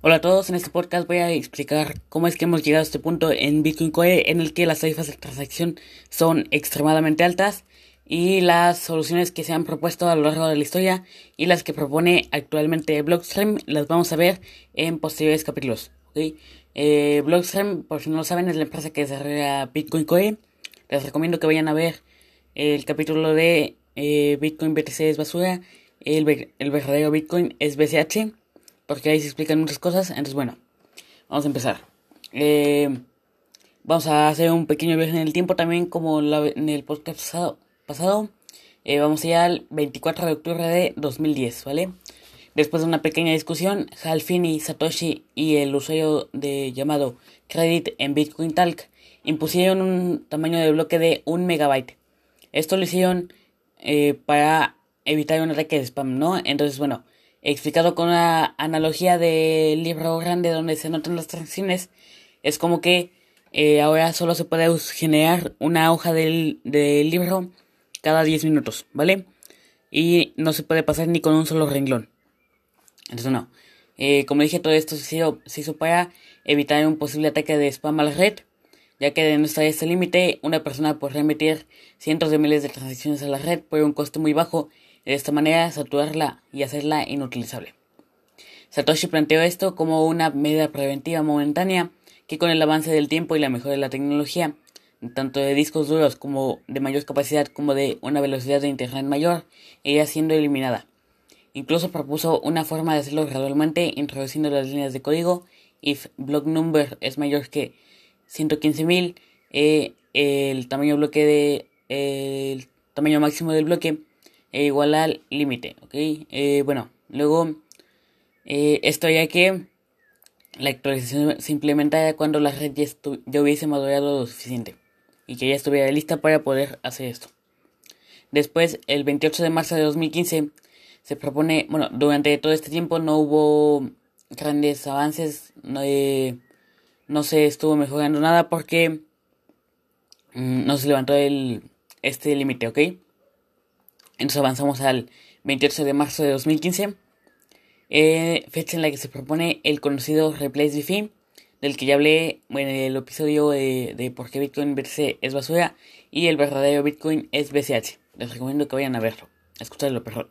Hola a todos, en este podcast voy a explicar cómo es que hemos llegado a este punto en Bitcoin Core en el que las tarifas de transacción son extremadamente altas y las soluciones que se han propuesto a lo largo de la historia y las que propone actualmente Blockstream las vamos a ver en posteriores capítulos. ¿Okay? Blockstream, por si no lo saben, es la empresa que desarrolla Bitcoin Core. Les recomiendo que vayan a ver el capítulo de Bitcoin BTC es basura, el verdadero Bitcoin es BCH, porque ahí se explican muchas cosas. Entonces, bueno, vamos a empezar. Eh, Vamos a hacer un pequeño viaje en el tiempo también, como en el podcast pasado. Vamos a ir al 24 de octubre de 2010, ¿vale? Después de una pequeña discusión, Hal Finney, Satoshi y el usuario llamado Credit en Bitcoin Talk impusieron un tamaño de bloque de 1 MB. Esto lo hicieron para evitar un ataque de spam, ¿no? Entonces, bueno, explicado con una analogía del libro grande donde se anotan las transacciones, es como que ahora solo se puede generar una hoja del libro cada 10 minutos, ¿vale? Y no se puede pasar ni con un solo renglón. Entonces, no. Como dije, todo esto se hizo para evitar un posible ataque de spam a la red, ya que de no estar este límite, una persona podría emitir cientos de miles de transacciones a la red por un coste muy bajo, y de esta manera saturarla y hacerla inutilizable. Satoshi planteó esto como una medida preventiva momentánea que con el avance del tiempo y la mejora de la tecnología, tanto de discos duros como de mayor capacidad como de una velocidad de internet mayor, iría siendo eliminada. Incluso propuso una forma de hacerlo gradualmente introduciendo las líneas de código if block number es mayor que 115.000, el tamaño el tamaño máximo del bloque igual al límite, ¿ok? Bueno, luego esto ya que la actualización se implementa cuando la red ya hubiese madurado lo suficiente y que ya estuviera lista para poder hacer esto. Después, el 28 de marzo de 2015, se propone, bueno, durante todo este tiempo no hubo grandes avances, no se estuvo mejorando nada porque no se levantó este límite, ¿ok? Entonces avanzamos al 28 de marzo de 2015, fecha en la que se propone el conocido Replace Fee, del que ya hablé en el episodio de por qué Bitcoin BTC es basura y el verdadero Bitcoin es BCH. Les recomiendo que vayan a verlo, a escucharlo, perdón.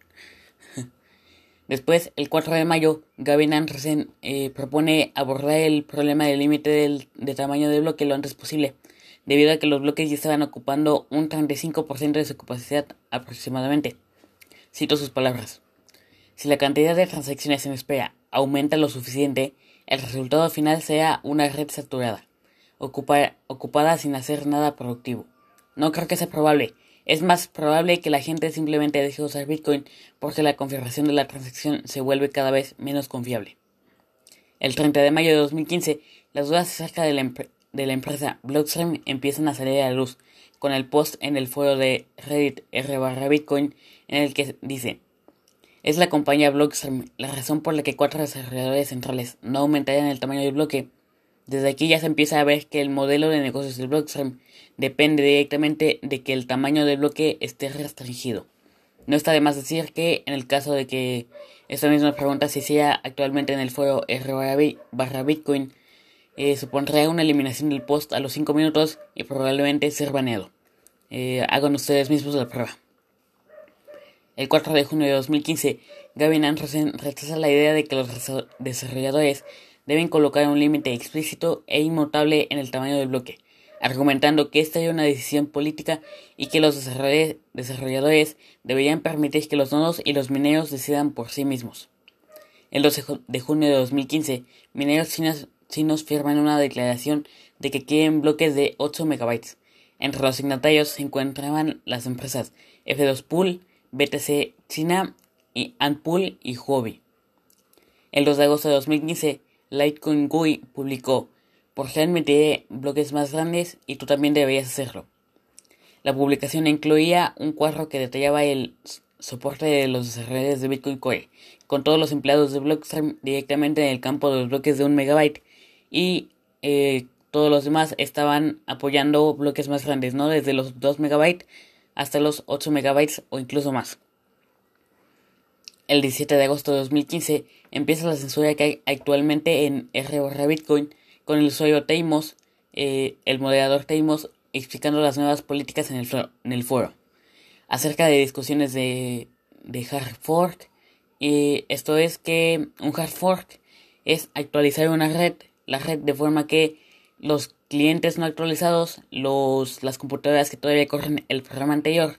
Después, el 4 de mayo, Gavin Andresen propone abordar el problema del límite de tamaño de bloque lo antes posible, debido a que los bloques ya estaban ocupando un 35% de su capacidad aproximadamente. Cito sus palabras. Si la cantidad de transacciones en espera aumenta lo suficiente, el resultado final sea una red saturada, ocupada sin hacer nada productivo. No creo que sea probable. Es más probable que la gente simplemente deje de usar Bitcoin porque la confirmación de la transacción se vuelve cada vez menos confiable. El 30 de mayo de 2015, las dudas acerca de la empresa Blockstream empiezan a salir a la luz, con el post en el foro de Reddit r/Bitcoin en el que dice: es la compañía Blockstream la razón por la que 4 desarrolladores centrales no aumentarían el tamaño del bloque. Desde aquí ya se empieza a ver que el modelo de negocios de Blockstream depende directamente de que el tamaño del bloque esté restringido. No está de más decir que en el caso de que esta misma pregunta se hiciera actualmente en el foro r/Bitcoin, supondría una eliminación del post a los 5 minutos y probablemente ser baneado. Hagan ustedes mismos la prueba. El 4 de junio de 2015, Gavin Andresen rechaza la idea de que los desarrolladores deben colocar un límite explícito e inmutable en el tamaño del bloque, argumentando que esta es una decisión política y que los desarrolladores deberían permitir que los nodos y los mineros decidan por sí mismos. El 12 de junio de 2015, mineros chinos firman una declaración de que quieren bloques de 8 megabytes. Entre los signatarios se encontraban las empresas F2Pool, BTC China, y Antpool y Huobi. El 2 de agosto de 2015, Litecoin GUI publicó: por fin admitiré bloques más grandes y tú también deberías hacerlo. La publicación incluía un cuadro que detallaba el soporte de los desarrolladores de Bitcoin Core, con todos los empleados de Blockstream directamente en el campo de los bloques de 1 MB y todos los demás estaban apoyando bloques más grandes, ¿no? Desde los 2 MB hasta los 8 MB o incluso más. El 17 de agosto de 2015 empieza la censura que hay actualmente en r/Bitcoin con el usuario Teimos, el moderador Teimos, explicando las nuevas políticas en el foro acerca de discusiones de hard fork. Esto es que un hard fork es actualizar la red de forma que los clientes no actualizados, las computadoras que todavía corren el programa anterior,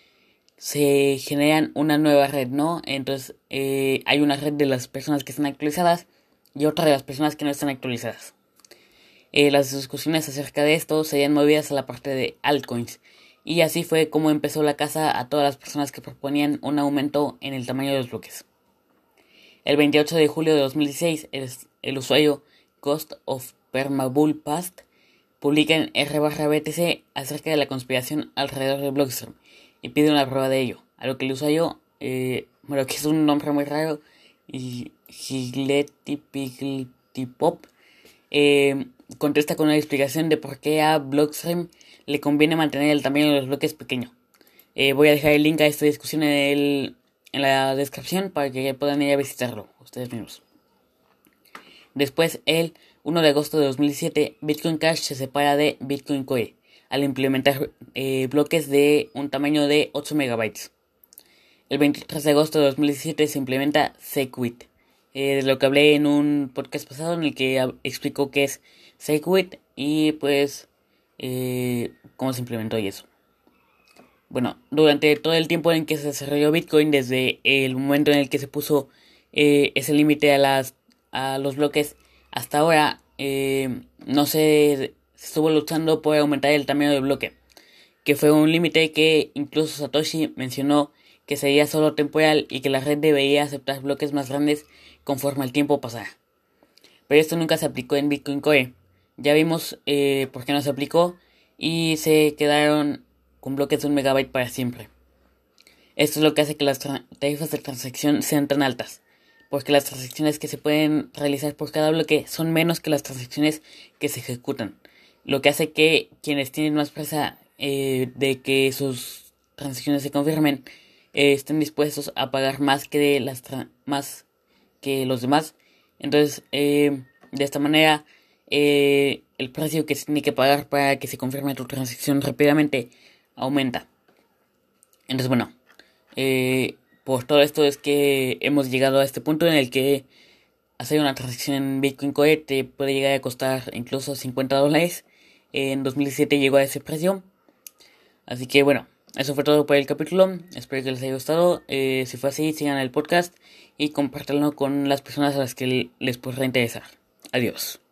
se generan una nueva red, ¿no? Entonces hay una red de las personas que están actualizadas y otra de las personas que no están actualizadas. Las discusiones acerca de esto serían movidas a la parte de altcoins. Y así fue como empezó la caza a todas las personas que proponían un aumento en el tamaño de los bloques. El 28 de julio de 2016, el usuario Ghost of Permabull Past publica en r/BTC acerca de la conspiración alrededor de Blockstream y pide una prueba de ello, a lo que el usuario, que es un nombre muy raro, y Higletipiglitipop, contesta con una explicación de por qué a Blockstream le conviene mantener el tamaño de los bloques pequeño. Voy a dejar el link a esta discusión en la descripción para que puedan ir a visitarlo ustedes mismos. Después, el 1 de agosto de 2017, Bitcoin Cash se separa de Bitcoin Core al implementar bloques de un tamaño de 8 megabytes. El 23 de agosto de 2017 se implementa Segwit, de lo que hablé en un podcast pasado en el que explicó qué es Segwit y pues cómo se implementó y eso. Bueno, durante todo el tiempo en que se desarrolló Bitcoin, desde el momento en el que se puso ese límite a los bloques hasta ahora, no se estuvo luchando por aumentar el tamaño del bloque, que fue un límite que incluso Satoshi mencionó que sería solo temporal y que la red debería aceptar bloques más grandes conforme el tiempo pasara. Pero esto nunca se aplicó en Bitcoin Core. Ya vimos por qué no se aplicó y se quedaron con bloques de 1 megabyte para siempre. Esto es lo que hace que las tarifas de transacción sean tan altas, porque las transacciones que se pueden realizar por cada bloque son menos que las transacciones que se ejecutan, lo que hace que quienes tienen más presa de que sus transacciones se confirmen estén dispuestos a pagar más que los demás. Entonces, de esta manera, el precio que se tiene que pagar para que se confirme tu transacción rápidamente aumenta. Entonces, bueno, por todo esto es que hemos llegado a este punto en el que hacer una transacción en Bitcoin Core te puede llegar a costar incluso $50. En 2017 llegó a ese precio. Así que bueno, eso fue todo por el capítulo. Espero que les haya gustado. Si fue así, sigan el podcast y compártanlo con las personas a las que les podrá interesar. Adiós.